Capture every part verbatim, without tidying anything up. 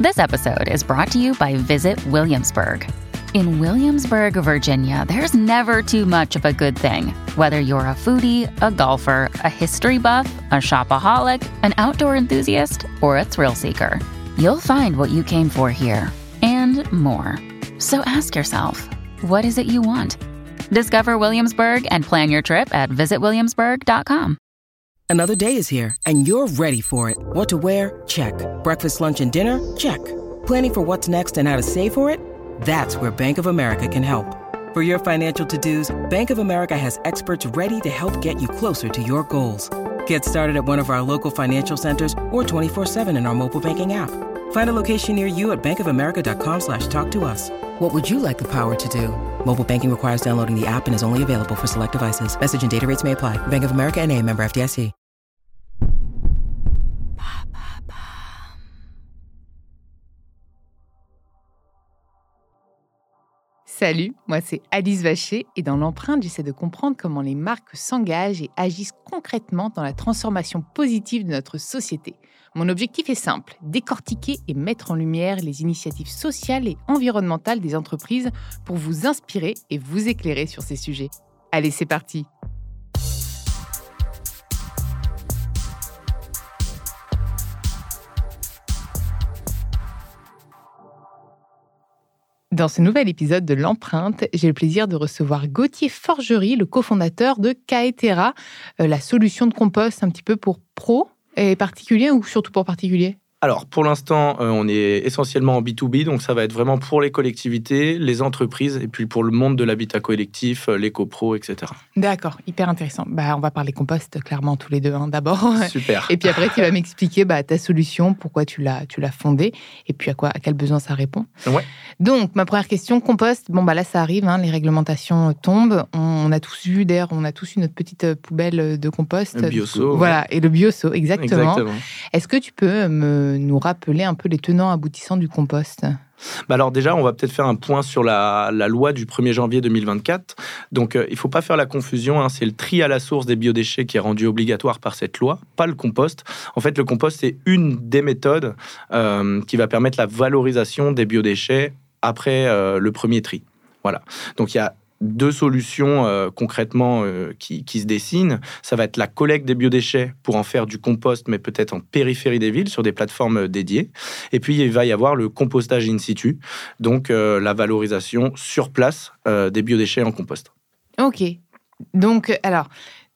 This episode is brought to you by Visit Williamsburg. In Williamsburg, Virginia, there's never too much of a good thing. Whether you're a foodie, a golfer, a history buff, a shopaholic, an outdoor enthusiast, or a thrill seeker, you'll find what you came for here and more. So ask yourself, what is it you want? Discover Williamsburg and plan your trip at visit williamsburg dot com. Another day is here, and you're ready for it. What to wear? Check. Breakfast, lunch, and dinner? Check. Planning for what's next and how to save for it? That's where Bank of America can help. For your financial to-dos, Bank of America has experts ready to help get you closer to your goals. Get started at one of our local financial centers or twenty-four seven in our mobile banking app. Find a location near you at bankofamerica.com slash talk to us. What would you like the power to do? Mobile banking requires downloading the app and is only available for select devices. Message and data rates may apply. Bank of America N A, member F D I C. Salut, moi c'est Alice Vacher et dans l'empreinte, j'essaie de comprendre comment les marques s'engagent et agissent concrètement dans la transformation positive de notre société. Mon objectif est simple, décortiquer et mettre en lumière les initiatives sociales et environnementales des entreprises pour vous inspirer et vous éclairer sur ces sujets. Allez, c'est parti! Dans ce nouvel épisode de l'Empreinte, j'ai le plaisir de recevoir Gauthier Forgery, le cofondateur de Kaetera, euh, la solution de compost un petit peu pour pros et particuliers ou surtout pour particuliers ? Alors, pour l'instant, euh, on est essentiellement en B deux B, donc ça va être vraiment pour les collectivités, les entreprises, et puis pour le monde de l'habitat collectif, euh, les copros, et cetera. D'accord, hyper intéressant. Bah, on va parler compost, clairement, tous les deux, hein, d'abord. Super. Et puis après, tu vas m'expliquer bah, ta solution, pourquoi tu l'as, tu l'as fondée, et puis à, quoi, à quel besoin ça répond. Ouais. Donc, ma première question, compost, bon, bah là, ça arrive, hein, les réglementations tombent. On, on a tous vu, d'ailleurs, on a tous eu notre petite poubelle de compost. Le bioseau. Voilà, ouais. Et le bioseau, exactement. Exactement. Est-ce que tu peux me nous rappeler un peu les tenants aboutissants du compost ? Bah alors déjà, on va peut-être faire un point sur la, la loi du premier janvier deux mille vingt-quatre. Donc, euh, il ne faut pas faire la confusion. Hein, c'est le tri à la source des biodéchets qui est rendu obligatoire par cette loi, pas le compost. En fait, le compost, c'est une des méthodes euh, qui va permettre la valorisation des biodéchets après euh, le premier tri. Voilà. Donc, il y a deux solutions euh, concrètement euh, qui, qui se dessinent. Ça va être la collecte des biodéchets pour en faire du compost, mais peut-être en périphérie des villes, sur des plateformes dédiées. Et puis, il va y avoir le compostage in situ, donc euh, la valorisation sur place euh, des biodéchets en compost. Ok. Donc, alors,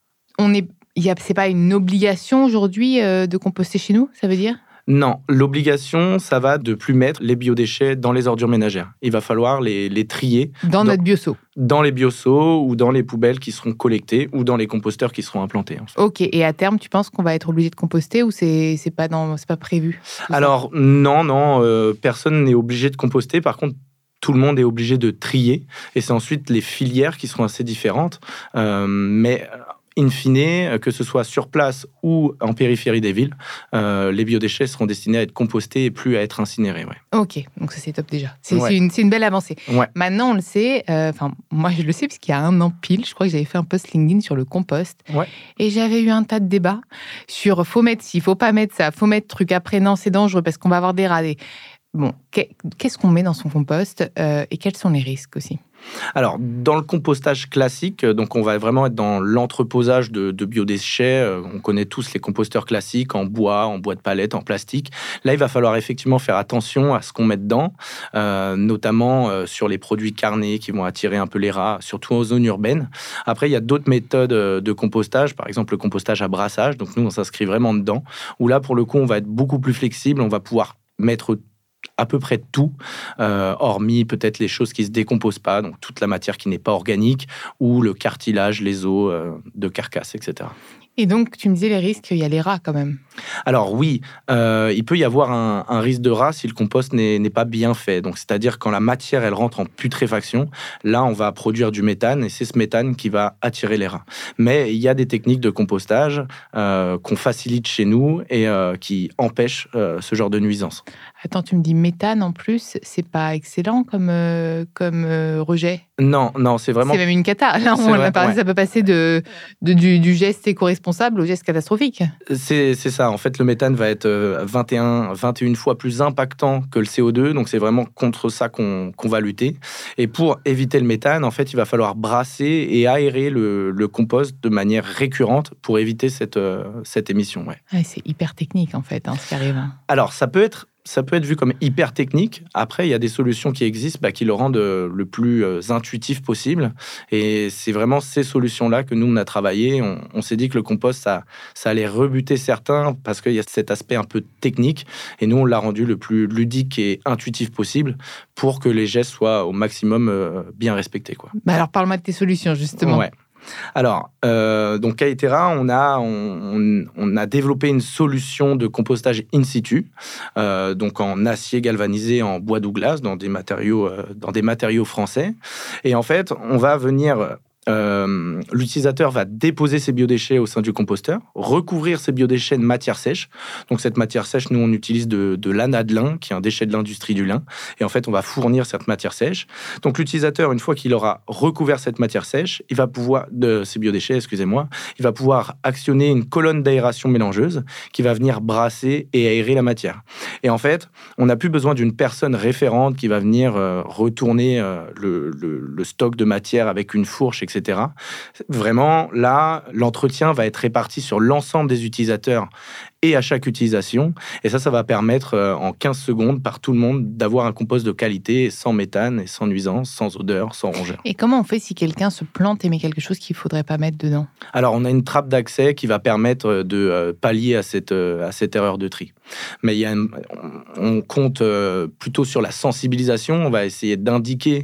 on est, y a, c'est pas une obligation aujourd'hui euh, de composter chez nous, ça veut dire ? Non, l'obligation, ça va de plus mettre les biodéchets dans les ordures ménagères. Il va falloir les, les trier. Dans, dans notre bioseau. Dans les bioseaux ou dans les poubelles qui seront collectées ou dans les composteurs qui seront implantés. En fait. Ok, et à terme, tu penses qu'on va être obligé de composter ou c'est, c'est, pas, dans, c'est pas prévu ? Alors, ça non, non, euh, personne n'est obligé de composter. Par contre, tout le monde est obligé de trier. Et c'est ensuite les filières qui seront assez différentes. Euh, mais... in fine, que ce soit sur place ou en périphérie des villes, euh, les biodéchets seront destinés à être compostés et plus à être incinérés. Ouais. Ok, donc ça c'est top déjà. C'est, ouais. c'est, une, c'est une belle avancée. Ouais. Maintenant on le sait, enfin euh, moi je le sais parce qu'il y a un an pile, je crois que j'avais fait un post LinkedIn sur le compost. Ouais. Et j'avais eu un tas de débats sur faut mettre ci, faut pas mettre ça, faut mettre truc après, non c'est dangereux parce qu'on va avoir des rats. Des... Bon, qu'est-ce qu'on met dans son compost euh, et quels sont les risques aussi ? Alors, dans le compostage classique, donc on va vraiment être dans l'entreposage de, de biodéchets. On connaît tous les composteurs classiques en bois, en bois de palette, en plastique. Là, il va falloir effectivement faire attention à ce qu'on met dedans, euh, notamment euh, sur les produits carnés qui vont attirer un peu les rats, surtout en zone urbaine. Après, il y a d'autres méthodes de compostage, par exemple le compostage à brassage. Donc nous, on s'inscrit vraiment dedans, où là, pour le coup, on va être beaucoup plus flexible. On va pouvoir mettre à peu près tout, euh, hormis peut-être les choses qui ne se décomposent pas, donc toute la matière qui n'est pas organique, ou le cartilage, les os euh, de carcasse, et cetera. Et donc, tu me disais les risques, il y a les rats quand même. Alors oui, euh, il peut y avoir un, un risque de rat si le compost n'est, n'est pas bien fait. Donc, c'est-à-dire quand la matière elle rentre en putréfaction, là on va produire du méthane et c'est ce méthane qui va attirer les rats. Mais il y a des techniques de compostage euh, qu'on facilite chez nous et euh, qui empêchent euh, ce genre de nuisance. Attends, tu me dis méthane en plus, c'est pas excellent comme, euh, comme euh, rejet ? Non, non, c'est vraiment... C'est même une cata. Là, on vrai, a parlé, ouais. ça peut passer de, de, du, du geste éco-responsable au geste catastrophique. C'est, c'est ça. En fait, le méthane va être vingt et un, vingt et une fois plus impactant que le C O deux. Donc, c'est vraiment contre ça qu'on, qu'on va lutter. Et pour éviter le méthane, en fait, il va falloir brasser et aérer le, le compost de manière récurrente pour éviter cette, euh, cette émission. Ouais. Ouais, c'est hyper technique, en fait, hein, ce qui arrive. Alors, ça peut être... Ça peut être vu comme hyper technique. Après, il y a des solutions qui existent bah, qui le rendent euh, le plus euh, intuitif possible. Et c'est vraiment ces solutions-là que nous, on a travaillé. On, on s'est dit que le compost, ça, ça allait rebuter certains parce qu'il y a cet aspect un peu technique. Et nous, on l'a rendu le plus ludique et intuitif possible pour que les gestes soient au maximum euh, bien respectés, quoi. Bah alors, parle-moi de tes solutions, justement. Ouais. Alors, euh, donc Kaetera, on a, on, on a développé une solution de compostage in situ, euh, donc en acier galvanisé en bois Douglas, dans des matériaux, euh, dans des matériaux français. Et en fait, on va venir... Euh, l'utilisateur va déposer ses biodéchets au sein du composteur, recouvrir ses biodéchets de matière sèche. Donc cette matière sèche, nous on utilise de, de l'ana de lin, qui est un déchet de l'industrie du lin. Et en fait, on va fournir cette matière sèche. Donc l'utilisateur, une fois qu'il aura recouvert cette matière sèche, il va pouvoir de ces biodéchets, excusez-moi, il va pouvoir actionner une colonne d'aération mélangeuse qui va venir brasser et aérer la matière. Et en fait, on n'a plus besoin d'une personne référente qui va venir euh, retourner euh, le, le, le stock de matière avec une fourche, et cetera et cetera. Vraiment, là, l'entretien va être réparti sur l'ensemble des utilisateurs et à chaque utilisation. Et ça, ça va permettre euh, en quinze secondes par tout le monde d'avoir un compost de qualité sans méthane et sans nuisance, sans odeur, sans rongeur. Et comment on fait si quelqu'un se plante et met quelque chose qu'il ne faudrait pas mettre dedans ? Alors, on a une trappe d'accès qui va permettre de euh, pallier à cette, euh, à cette erreur de tri. Mais il y a une, on compte euh, plutôt sur la sensibilisation. On va essayer d'indiquer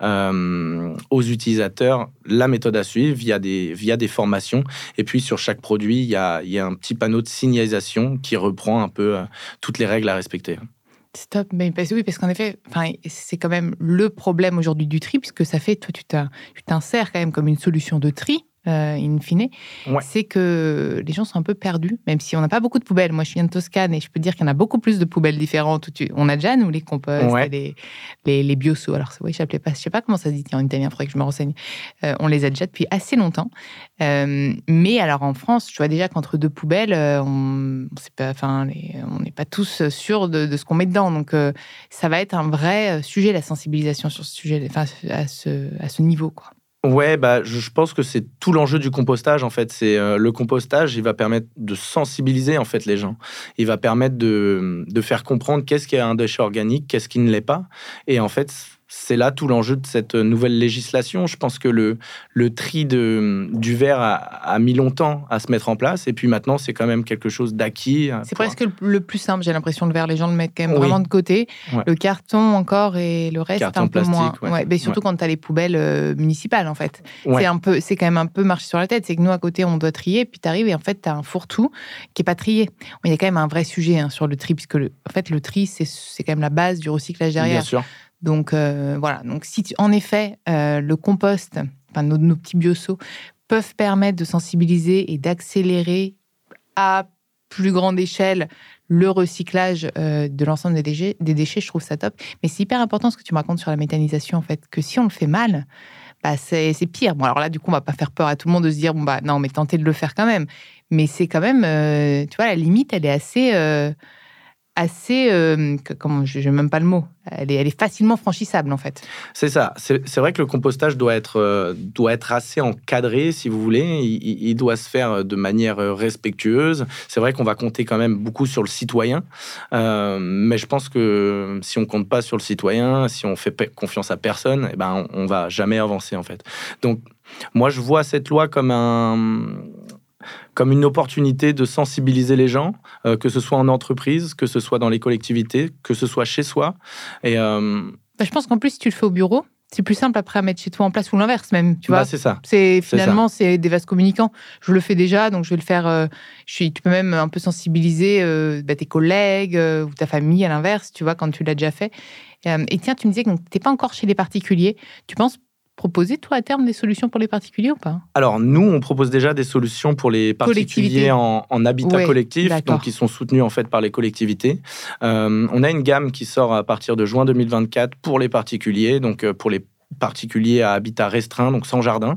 euh, aux utilisateurs la méthode à suivre via des, via des formations. Et puis, sur chaque produit, il y a, il y a un petit panneau de signalisation qui reprend un peu euh, toutes les règles à respecter. Stop, mais parce, oui, parce qu'en effet, c'est quand même le problème aujourd'hui du tri, puisque ça fait, toi, tu, tu t'insères quand même comme une solution de tri. Euh, in fine, ouais. C'est que les gens sont un peu perdus, même si on n'a pas beaucoup de poubelles. Moi, je viens de Toscane et je peux te dire qu'il y en a beaucoup plus de poubelles différentes. Où tu... On a déjà, nous, les composts, ouais. les, les, les biosos. Alors, oui, je ne sais pas comment ça se dit en italien, il faudrait que je me renseigne. Euh, on les a déjà depuis assez longtemps. Euh, mais alors, en France, je vois déjà qu'entre deux poubelles, on n'est pas tous sûrs de, de ce qu'on met dedans. Donc, euh, ça va être un vrai sujet, la sensibilisation sur ce sujet, enfin, à ce, à ce niveau, quoi. Ouais, bah, je pense que c'est tout l'enjeu du compostage, en fait. C'est euh, le compostage, il va permettre de sensibiliser, en fait, les gens. Il va permettre de, de faire comprendre qu'est-ce qu'est un déchet organique, qu'est-ce qui ne l'est pas. Et en fait, c'est là tout l'enjeu de cette nouvelle législation. Je pense que le, le tri de, du verre a, a mis longtemps à se mettre en place. Et puis maintenant, c'est quand même quelque chose d'acquis. C'est pour... presque le plus simple, j'ai l'impression, le verre. Les gens le mettent quand même oui. vraiment de côté. Ouais. Le carton encore et le reste, carton un peu plastique, moins. Ouais. Ouais, mais surtout ouais. quand tu as les poubelles euh, municipales, en fait. Ouais. C'est, un peu, c'est quand même un peu marcher sur la tête. C'est que nous, à côté, on doit trier. Puis tu arrives et en fait, tu as un fourre-tout qui n'est pas trié. Il y a quand même un vrai sujet hein, sur le tri, puisque le, en fait, le tri, c'est, c'est quand même la base du recyclage derrière. Bien sûr. Donc, euh, voilà. Donc, si tu, en effet, euh, le compost, enfin, nos, nos petits biosos, peuvent permettre de sensibiliser et d'accélérer à plus grande échelle le recyclage euh, de l'ensemble des déchets, des déchets, je trouve ça top. Mais c'est hyper important ce que tu me racontes sur la méthanisation, en fait, que si on le fait mal, bah, c'est, c'est pire. Bon, alors là, du coup, on va pas faire peur à tout le monde de se dire, bon, bah, non, mais tentez de le faire quand même. Mais c'est quand même, euh, tu vois, la limite, elle est assez... Euh, assez, euh, comment, je n'ai même pas le mot, elle est, elle est facilement franchissable en fait. C'est ça, c'est, c'est vrai que le compostage doit être, euh, doit être assez encadré si vous voulez, il, il doit se faire de manière respectueuse. C'est vrai qu'on va compter quand même beaucoup sur le citoyen, euh, mais je pense que si on ne compte pas sur le citoyen, si on fait confiance à personne, eh ben, on ne va jamais avancer en fait. Donc moi je vois cette loi comme un... comme une opportunité de sensibiliser les gens, euh, que ce soit en entreprise, que ce soit dans les collectivités, que ce soit chez soi. Et, euh... bah, je pense qu'en plus, si tu le fais au bureau, c'est plus simple après à mettre chez toi en place ou l'inverse même, tu vois. Bah, c'est ça. C'est, finalement, c'est, ça. C'est des vases communicants. Je le fais déjà, donc je vais le faire... Euh, je suis, tu peux même un peu sensibiliser euh, bah, tes collègues euh, ou ta famille à l'inverse, tu vois, quand tu l'as déjà fait. Euh, et tiens, tu me disais que tu n'es pas encore chez les particuliers. Tu penses proposer, toi, à terme, des solutions pour les particuliers ou pas ? Alors, nous, on propose déjà des solutions pour les particuliers en, en habitat ouais, collectif, d'accord. donc qui sont soutenus, en fait, par les collectivités. Euh, on a une gamme qui sort à partir de juin deux mille vingt-quatre pour les particuliers, donc pour les particulier à habitat restreint, donc sans jardin.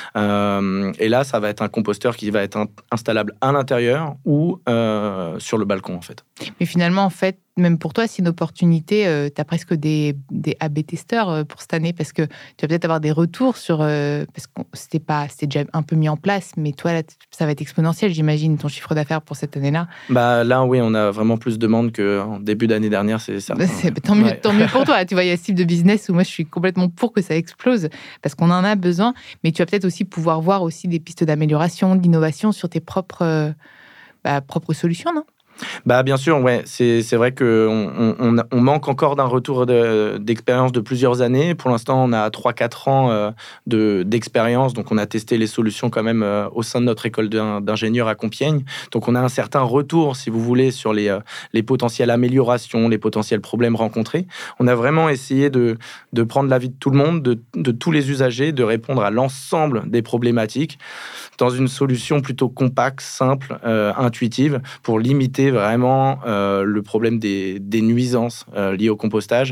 Euh, et là, ça va être un composteur qui va être in- installable à l'intérieur ou euh, sur le balcon, en fait. Mais finalement, en fait, même pour toi, c'est une opportunité. Euh, tu as presque des, des A B testeurs euh, pour cette année parce que tu vas peut-être avoir des retours sur. Euh, parce que c'était, pas, c'était déjà un peu mis en place, mais toi, là, ça va être exponentiel, j'imagine, ton chiffre d'affaires pour cette année-là. Bah, là, oui, on a vraiment plus de demandes qu'en début d'année dernière, c'est certain. C'est, tant, mieux, Ouais. tant mieux pour toi. Tu vois, il y a ce type de business où moi, je suis complètement pour que ça explose parce qu'on en a besoin. Mais tu vas peut-être aussi pouvoir voir aussi des pistes d'amélioration, d'innovation sur tes propres, euh, bah, propres solutions, non ? Bah, bien sûr, ouais. C'est, c'est vrai qu'on on, on, on manque encore d'un retour de, d'expérience de plusieurs années. Pour l'instant, on a trois quatre ans euh, de, d'expérience. Donc, on a testé les solutions quand même euh, au sein de notre école d'in, d'ingénieurs à Compiègne. Donc, on a un certain retour, si vous voulez, sur les, euh, les potentielles améliorations, les potentiels problèmes rencontrés. On a vraiment essayé de, de prendre l'avis de tout le monde, de, de tous les usagers, de répondre à l'ensemble des problématiques dans une solution plutôt compacte, simple, euh, intuitive, pour limiter vraiment euh, le problème des, des nuisances euh, liées au compostage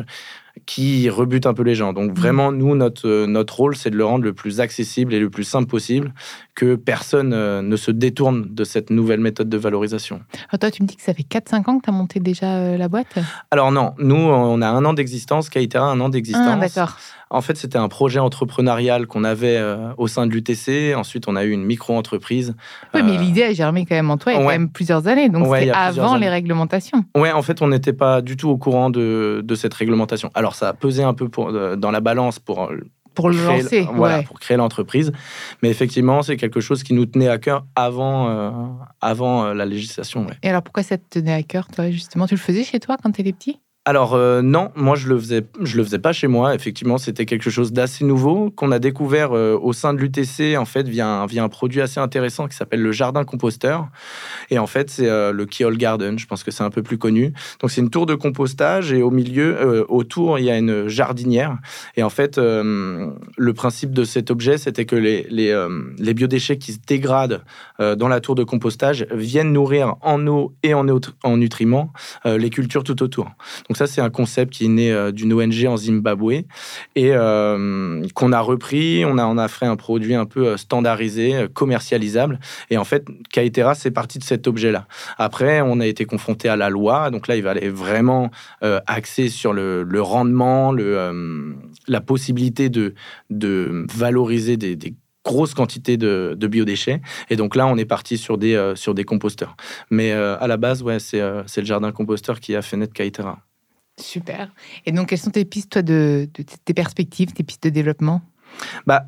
qui rebutent un peu les gens. Donc vraiment, nous, notre, euh, notre rôle, c'est de le rendre le plus accessible et le plus simple possible, que personne euh, ne se détourne de cette nouvelle méthode de valorisation. Alors toi, tu me dis que ça fait quatre cinq ans que tu as monté déjà euh, la boîte ? Alors non, nous, on a un an d'existence, Kaitera a un an d'existence. Ah, d'accord. En fait, c'était un projet entrepreneurial qu'on avait euh, au sein de l'U T C. Ensuite, on a eu une micro-entreprise. Oui, mais Euh, l'idée a germé quand même en toi il y a ouais. quand même plusieurs années. Donc, Ouais, il y c'était a plusieurs avant années. les réglementations. Ouais, en fait, on n'était pas du tout au courant de, de cette réglementation. Alors, ça a pesé un peu pour, euh, dans la balance pour, euh, Pour le créer, lancer, voilà, ouais. pour créer l'entreprise. Mais effectivement, c'est quelque chose qui nous tenait à cœur avant, euh, avant euh, la législation. Ouais. Et alors, pourquoi ça te tenait à cœur, toi, justement ? Tu le faisais chez toi quand tu étais petit ? Alors euh, non, moi je le faisais, je le faisais pas chez moi. Effectivement, c'était quelque chose d'assez nouveau qu'on a découvert euh, au sein de l'U T C en fait via un, via un produit assez intéressant qui s'appelle le jardin composteur. Et en fait, c'est euh, le Keol Garden. Je pense que c'est un peu plus connu. Donc c'est une tour de compostage et au milieu, euh, autour, il y a une jardinière. Et en fait, euh, le principe de cet objet, c'était que les les, euh, les biodéchets qui se dégradent euh, dans la tour de compostage viennent nourrir en eau et en, en nutriments euh, les cultures tout autour. Donc ça, c'est un concept qui est né euh, d'une O N G en Zimbabwe et euh, qu'on a repris. On a, on a fait un produit un peu standardisé, euh, commercialisable. Et en fait, Kaitera, c'est parti de cet objet-là. Après, on a été confronté à la loi. Donc là, il va aller vraiment euh, axer sur le, le rendement, le, euh, la possibilité de, de valoriser des, des grosse quantité de, de biodéchets. Et donc là, on est parti sur des, euh, sur des composteurs. Mais euh, à la base, ouais, c'est, euh, c'est le jardin composteur qui a fait naître Kaitera. Super. Et donc, quelles sont tes pistes, toi, de, de tes perspectives, tes pistes de développement ? Bah,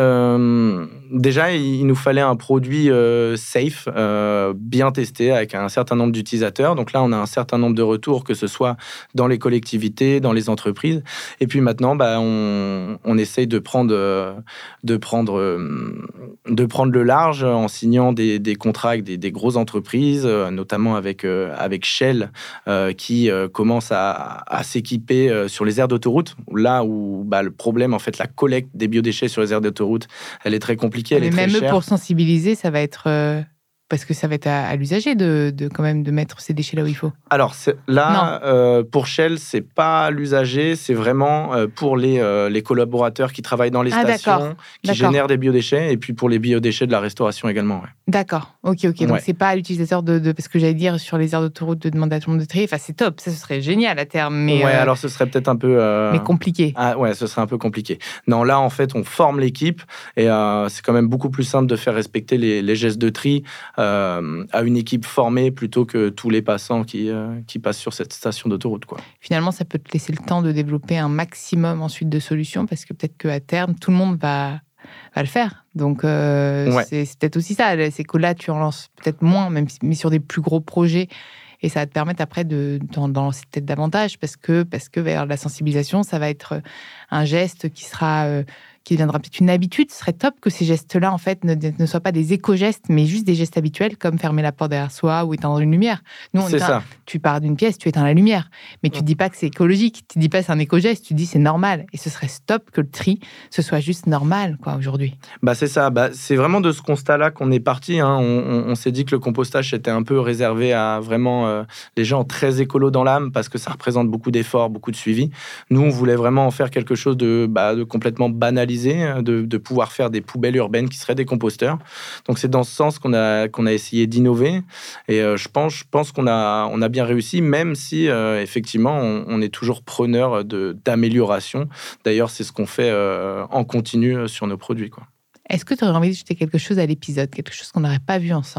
euh, déjà, il nous fallait un produit euh, safe, euh, bien testé, avec un certain nombre d'utilisateurs. Donc là, on a un certain nombre de retours, que ce soit dans les collectivités, dans les entreprises. Et puis maintenant, bah, on, on essaye de prendre, euh, de, prendre, euh, de prendre le large en signant des, des contrats avec des, des grosses entreprises, euh, notamment avec, euh, avec Shell, euh, qui euh, commence à, à s'équiper euh, sur les aires d'autoroute, là où bah, le problème, en fait, la collecte des biodéchets sur les aires d'autoroute, elle est très compliquée, elle Mais est très même chère. pour sensibiliser, ça va être... Euh, parce que ça va être à, à l'usager de, de, quand même, de mettre ces déchets là où il faut. Alors c'est, là, euh, pour Shell, c'est pas l'usager, c'est vraiment euh, pour les, euh, les collaborateurs qui travaillent dans les Ah, stations, d'accord. qui D'accord. génèrent des biodéchets, et puis pour les biodéchets de la restauration également. Ouais. D'accord, ok, ok. Donc, Ouais. c'est pas à l'utilisateur de, de... Parce que j'allais dire, sur les aires d'autoroute, de demander à tout le monde de trier. Enfin, c'est top, ça, ce serait génial à terme, mais, ouais, euh, alors ce serait peut-être un peu... euh, mais compliqué. Ah ouais, ce serait un peu compliqué. Non, là, en fait, on forme l'équipe et euh, c'est quand même beaucoup plus simple de faire respecter les, les gestes de tri euh, à une équipe formée plutôt que tous les passants qui, euh, qui passent sur cette station d'autoroute, quoi. Finalement, ça peut te laisser le temps de développer un maximum ensuite de solutions parce que peut-être qu'à terme, tout le monde va, va le faire. Donc, euh, Ouais. c'est, c'est peut-être aussi ça. C'est que là, tu en lances peut-être moins, même si- mais sur des plus gros projets. Et ça va te permettre après de, d'en, d'en lancer peut-être davantage parce que, parce que vers la sensibilisation, ça va être un geste qui sera, euh, qui deviendra peut-être une habitude, ce serait top que ces gestes-là, en fait, ne, ne soient pas des éco-gestes, mais juste des gestes habituels, comme fermer la porte derrière soi ou éteindre une lumière. Nous, on c'est éteint, ça. Tu pars d'une pièce, tu éteins la lumière, mais tu ne dis pas que c'est écologique, tu ne dis pas que c'est un éco-geste, tu dis c'est normal. Et ce serait stop que le tri, ce soit juste normal, quoi, aujourd'hui. Bah, c'est ça. Bah, c'est vraiment de ce constat-là qu'on est parti. Hein. On, on, on s'est dit que le compostage était un peu réservé à vraiment euh, les gens très écolos dans l'âme, parce que ça représente beaucoup d'efforts, beaucoup de suivi. Nous, on voulait vraiment en faire quelque chose de, bah, de complètement banalisé, de, de pouvoir faire des poubelles urbaines qui seraient des composteurs. Donc, c'est dans ce sens qu'on a, qu'on a essayé d'innover. Et euh, je pense, je pense qu'on a, on a bien réussi, même si, euh, effectivement, on, on est toujours preneur de, d'amélioration. D'ailleurs, c'est ce qu'on fait euh, en continu sur nos produits, quoi. Est-ce que tu aurais envie d'ajouter quelque chose à l'épisode, quelque chose qu'on n'aurait pas vu ensemble ?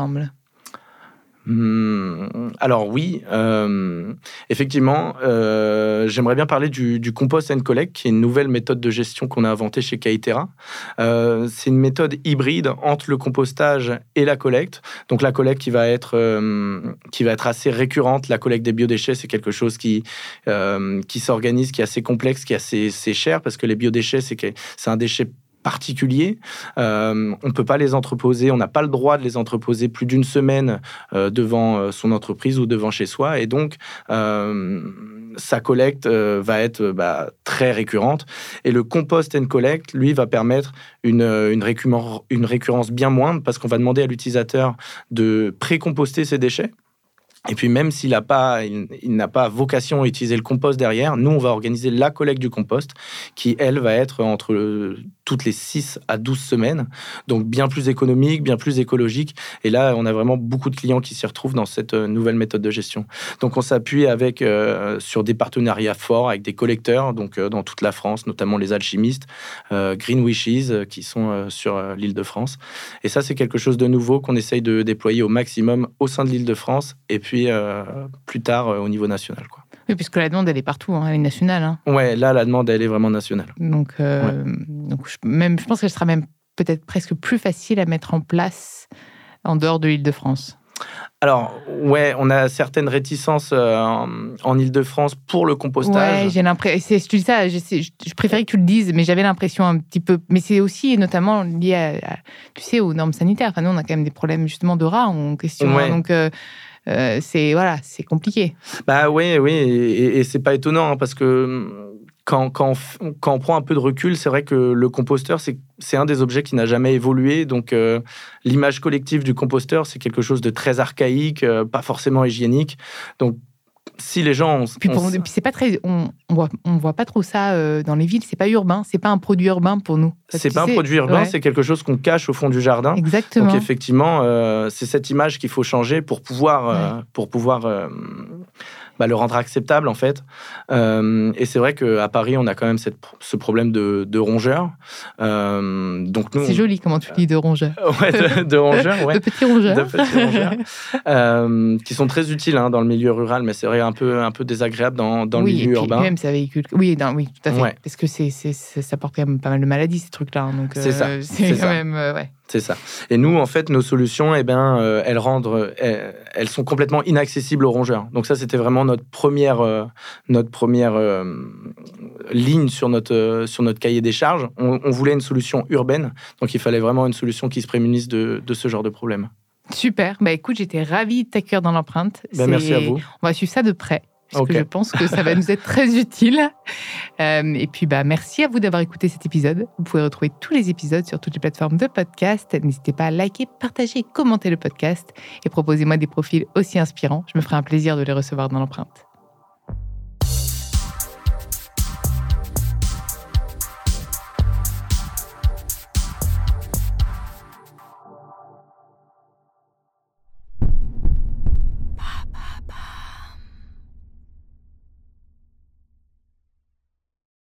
Hum, alors oui, euh, effectivement, euh, j'aimerais bien parler du, du compost and collect, qui est une nouvelle méthode de gestion qu'on a inventée chez Kaitera. Euh, c'est une méthode hybride entre le compostage et la collecte. Donc la collecte qui va être, euh, qui va être assez récurrente. La collecte des biodéchets, c'est quelque chose qui, euh, qui s'organise, qui est assez complexe, qui est assez, assez cher, parce que les biodéchets, c'est, que, c'est un déchet particuliers. Euh, on ne peut pas les entreposer, on n'a pas le droit de les entreposer plus d'une semaine euh, devant son entreprise ou devant chez soi. Et donc, euh, sa collecte euh, va être euh, bah, très récurrente. Et le compost and collect, lui, va permettre une, une, récurrence, une récurrence bien moindre, parce qu'on va demander à l'utilisateur de pré-composter ses déchets. Et puis même s'il n'a pas, il, il n'a pas vocation à utiliser le compost derrière, nous, on va organiser la collecte du compost qui, elle, va être entre le, toutes les six à douze semaines. Donc bien plus économique, bien plus écologique. Et là, on a vraiment beaucoup de clients qui s'y retrouvent dans cette nouvelle méthode de gestion. Donc on s'appuie avec, euh, sur des partenariats forts avec des collecteurs, donc euh, dans toute la France, notamment les alchimistes, euh, Green Wishes, euh, qui sont euh, sur euh, l'Île-de-France. Et ça, c'est quelque chose de nouveau qu'on essaye de déployer au maximum au sein de l'Île-de-France. Et puis Euh, plus tard euh, au niveau national, quoi. Oui, puisque la demande, elle est partout, hein, elle est nationale. Hein. Ouais, là, la demande, elle est vraiment nationale. Donc, euh, ouais. donc je, même, je pense qu'elle sera même peut-être presque plus facile à mettre en place en dehors de l'Île-de-France. Alors, ouais, on a certaines réticences euh, en, en Île-de-France pour le compostage. Ouais, j'ai l'impression. Je te dis ça, je, sais, je, je préférais que tu le dises, mais j'avais l'impression un petit peu. Mais c'est aussi notamment lié à, à tu sais, aux normes sanitaires. Enfin, nous, on a quand même des problèmes justement de rats en question. Ouais. Hein, donc, euh, euh, c'est voilà, c'est compliqué. Bah oui, oui, et, et c'est pas étonnant hein, parce que quand, quand, on, quand on prend un peu de recul, c'est vrai que le composteur, c'est, c'est un des objets qui n'a jamais évolué. Donc, euh, l'image collective du composteur, c'est quelque chose de très archaïque, euh, pas forcément hygiénique. Donc, si les gens... On, puis, pour, on... puis c'est pas très... On, on, voit, on voit pas trop ça euh, dans les villes. C'est pas urbain. C'est pas un produit urbain pour nous. C'est pas un sais, produit urbain, ouais. C'est quelque chose qu'on cache au fond du jardin. Exactement. Donc, effectivement, euh, c'est cette image qu'il faut changer pour pouvoir... Euh, ouais. pour pouvoir euh, bah, le rendre acceptable, en fait. Euh, et c'est vrai qu'à Paris, on a quand même cette, ce problème de, de rongeurs. Euh, donc nous, c'est on... joli comment tu dis de rongeurs. ouais, de, de rongeurs, ouais. De petits rongeurs. De petits rongeurs. euh, qui sont très utiles hein, dans le milieu rural, mais c'est vrai un peu, un peu désagréable dans, dans oui, le milieu et puis, urbain. Même ça véhicule. Oui, non, oui, tout à fait. Ouais. Parce que c'est, c'est, c'est, ça porte quand même pas mal de maladies, ces trucs-là. Hein, donc, c'est euh, ça. C'est, c'est quand ça. même... Euh, ouais. C'est ça. Et nous, en fait, nos solutions, eh ben, euh, elles rendent, elles, elles sont complètement inaccessibles aux rongeurs. Donc ça, c'était vraiment notre première, euh, notre première euh, ligne sur notre, euh, sur notre cahier des charges. On, on voulait une solution urbaine, donc il fallait vraiment une solution qui se prémunisse de, de ce genre de problème. Super. Bah écoute, j'étais ravie de t'accueillir dans l'empreinte. Bah, merci à vous. On va suivre ça de près. Parce okay. que je pense que ça va nous être très utile. Euh, et puis, bah, merci à vous d'avoir écouté cet épisode. Vous pouvez retrouver tous les épisodes sur toutes les plateformes de podcast. N'hésitez pas à liker, partager, commenter le podcast et proposez-moi des profils aussi inspirants. Je me ferai un plaisir de les recevoir dans l'empreinte.